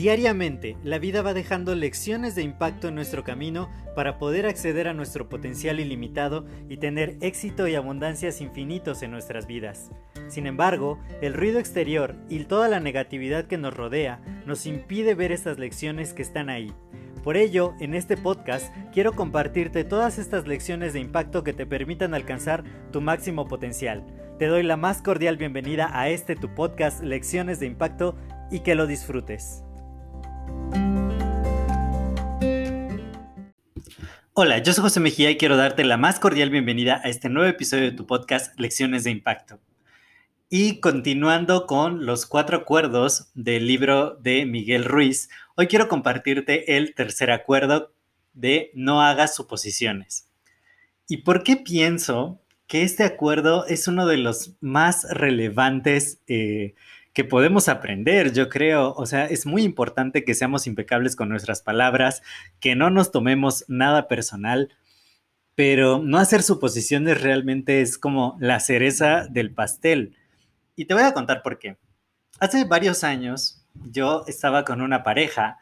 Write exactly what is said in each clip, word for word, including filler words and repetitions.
Diariamente, la vida va dejando lecciones de impacto en nuestro camino para poder acceder a nuestro potencial ilimitado y tener éxito y abundancias infinitos en nuestras vidas. Sin embargo, el ruido exterior y toda la negatividad que nos rodea nos impide ver estas lecciones que están ahí. Por ello, en este podcast quiero compartirte todas estas lecciones de impacto que te permitan alcanzar tu máximo potencial. Te doy la más cordial bienvenida a este tu podcast Lecciones de Impacto y que lo disfrutes. Hola, yo soy José Mejía y quiero darte la más cordial bienvenida a este nuevo episodio de tu podcast Lecciones de Impacto. Y continuando con los cuatro acuerdos del libro de Miguel Ruiz, hoy quiero compartirte el tercer acuerdo de no hagas suposiciones. ¿Y por qué pienso que este acuerdo es uno de los más relevantes eh, que podemos aprender? Yo creo, o sea, es muy importante que seamos impecables con nuestras palabras, que no nos tomemos nada personal, pero no hacer suposiciones realmente es como la cereza del pastel. Y te voy a contar por qué. Hace varios años yo estaba con una pareja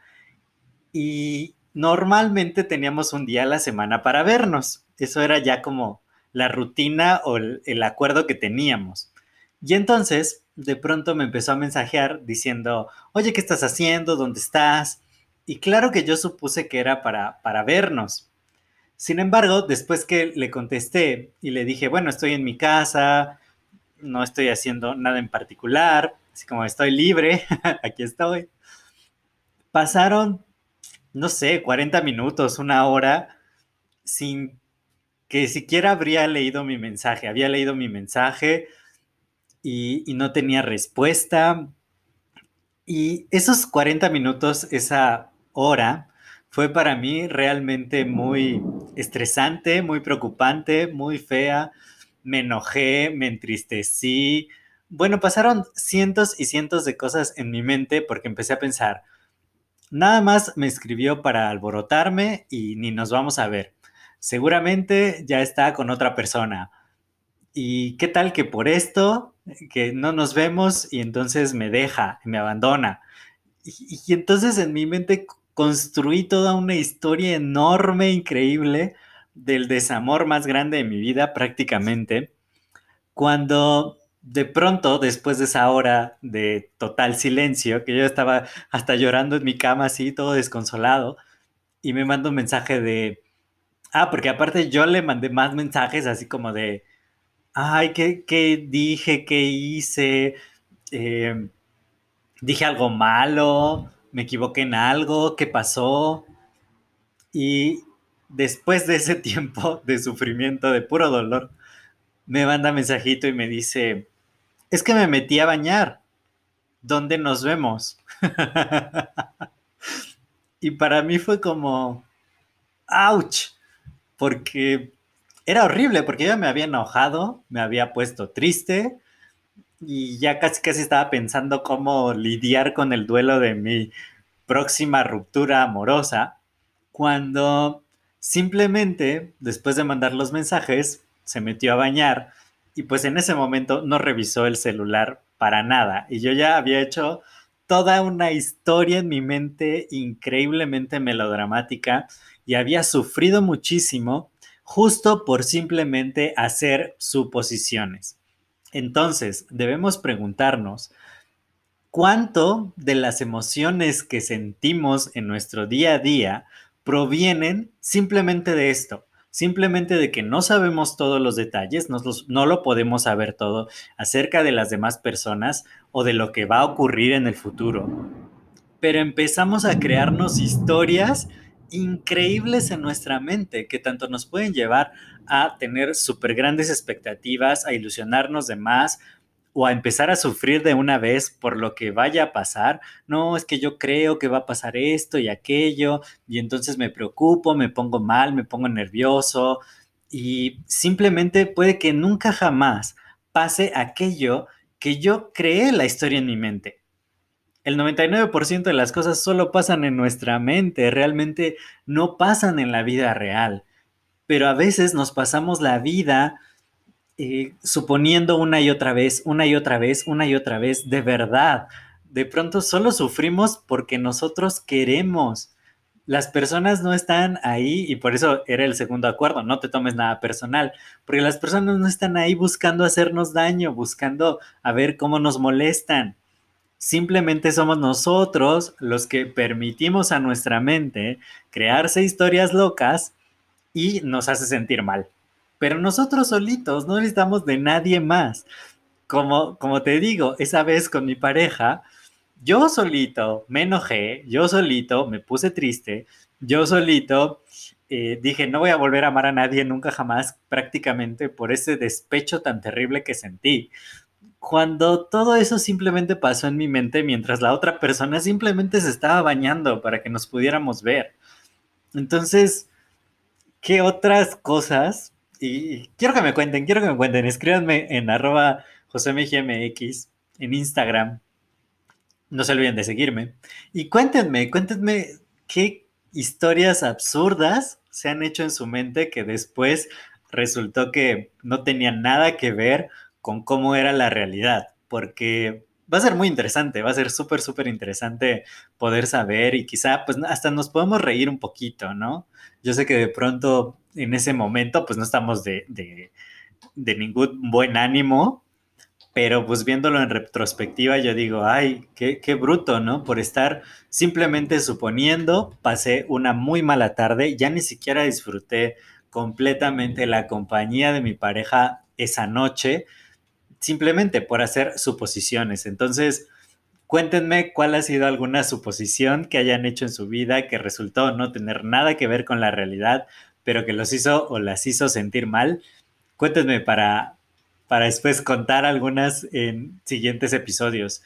y normalmente teníamos un día a la semana para vernos. Eso era ya como la rutina o el, el acuerdo que teníamos. Y entonces, de pronto me empezó a mensajear diciendo, oye, ¿qué estás haciendo? ¿Dónde estás? Y claro que yo supuse que era para, para vernos. Sin embargo, después que le contesté y le dije, bueno, estoy en mi casa, no estoy haciendo nada en particular, así como estoy libre, aquí estoy. Pasaron, no sé, cuarenta minutos, una hora, sin que siquiera habría leído mi mensaje. Había leído mi mensaje y, y no tenía respuesta. Y esos cuarenta minutos, esa hora, fue para mí realmente muy estresante, muy preocupante, muy fea. Me enojé, me entristecí. Bueno, pasaron cientos y cientos de cosas en mi mente porque empecé a pensar, nada más me escribió para alborotarme y ni nos vamos a ver. Seguramente ya está con otra persona. ¿Y qué tal que por esto, que no nos vemos y entonces me deja, me abandona? Y, y entonces en mi mente construí toda una historia enorme, increíble, del desamor más grande de mi vida prácticamente, cuando de pronto, después de esa hora de total silencio, que yo estaba hasta llorando en mi cama así, todo desconsolado, y me manda un mensaje de, ah, porque aparte yo le mandé más mensajes así como de, ay, ¿qué, qué dije? ¿Qué hice? Eh, ¿Dije algo malo? ¿Me equivoqué en algo? ¿Qué pasó? Y después de ese tiempo de sufrimiento, de puro dolor, me manda mensajito y me dice, es que me metí a bañar. ¿Dónde nos vemos? Y para mí fue como, ouch, porque era horrible, porque yo me había enojado, me había puesto triste y ya casi casi estaba pensando cómo lidiar con el duelo de mi próxima ruptura amorosa, cuando simplemente, después de mandar los mensajes, se metió a bañar y pues en ese momento no revisó el celular para nada. Y yo ya había hecho toda una historia en mi mente increíblemente melodramática y había sufrido muchísimo justo por simplemente hacer suposiciones. Entonces, debemos preguntarnos, ¿cuánto de las emociones que sentimos en nuestro día a día provienen simplemente de esto? Simplemente de que no sabemos todos los detalles, no, los, no lo podemos saber todo acerca de las demás personas o de lo que va a ocurrir en el futuro. Pero empezamos a crearnos historias increíbles en nuestra mente que tanto nos pueden llevar a tener súper grandes expectativas, a ilusionarnos de más, o a empezar a sufrir de una vez por lo que vaya a pasar. No, es que yo creo que va a pasar esto y aquello, y entonces me preocupo, me pongo mal, me pongo nervioso, y simplemente puede que nunca jamás pase aquello que yo creé la historia en mi mente. El noventa y nueve por ciento de las cosas solo pasan en nuestra mente, realmente no pasan en la vida real, pero a veces nos pasamos la vida eh, suponiendo una y otra vez, una y otra vez, una y otra vez, de verdad. de pronto solo sufrimos porque nosotros queremos. Las personas no están ahí y por eso era el segundo acuerdo, no te tomes nada personal, porque las personas no están ahí buscando hacernos daño, buscando a ver cómo nos molestan. Simplemente somos nosotros los que permitimos a nuestra mente crearse historias locas y nos hace sentir mal. Pero nosotros solitos no necesitamos de nadie más. Como, como te digo, esa vez con mi pareja, yo solito me enojé, yo solito me puse triste, yo solito eh, dije no voy a volver a amar a nadie nunca jamás, prácticamente por ese despecho tan terrible que sentí. Cuando todo eso simplemente pasó en mi mente mientras la otra persona simplemente se estaba bañando para que nos pudiéramos ver. Entonces, ¿qué otras cosas? Y quiero que me cuenten, quiero que me cuenten. Escríbanme en arroba josemgmx en Instagram. No se olviden de seguirme. Y cuéntenme, cuéntenme qué historias absurdas se han hecho en su mente que después resultó que no tenían nada que ver con cómo era la realidad. Porque va a ser muy interesante, va a ser súper, súper interesante poder saber y quizá pues hasta nos podemos reír un poquito, ¿no? Yo sé que de pronto en ese momento pues no estamos de, de, de ningún buen ánimo, pero pues viéndolo en retrospectiva yo digo, ay, qué, qué bruto, ¿no? Por estar simplemente suponiendo, pasé una muy mala tarde, ya ni siquiera disfruté completamente la compañía de mi pareja esa noche, simplemente por hacer suposiciones. Entonces, cuéntenme cuál ha sido alguna suposición que hayan hecho en su vida que resultó no tener nada que ver con la realidad, pero que los hizo o las hizo sentir mal. Cuéntenme para, para después contar algunas en siguientes episodios.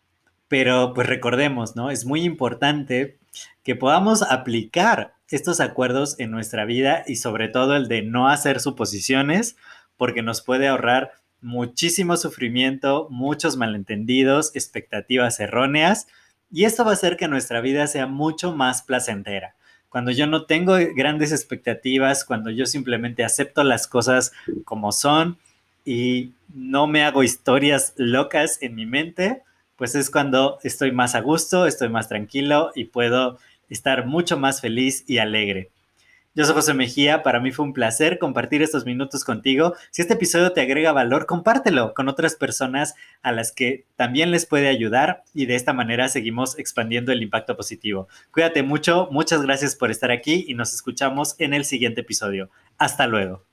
Pero pues recordemos, ¿no? Es muy importante que podamos aplicar estos acuerdos en nuestra vida y sobre todo el de no hacer suposiciones porque nos puede ahorrar muchísimo sufrimiento, muchos malentendidos, expectativas erróneas y esto va a hacer que nuestra vida sea mucho más placentera. Cuando yo no tengo grandes expectativas, cuando yo simplemente acepto las cosas como son y no me hago historias locas en mi mente, pues es cuando estoy más a gusto, estoy más tranquilo y puedo estar mucho más feliz y alegre. Yo soy José Mejía, para mí fue un placer compartir estos minutos contigo. Si este episodio te agrega valor, compártelo con otras personas a las que también les puede ayudar y de esta manera seguimos expandiendo el impacto positivo. Cuídate mucho, muchas gracias por estar aquí y nos escuchamos en el siguiente episodio. Hasta luego.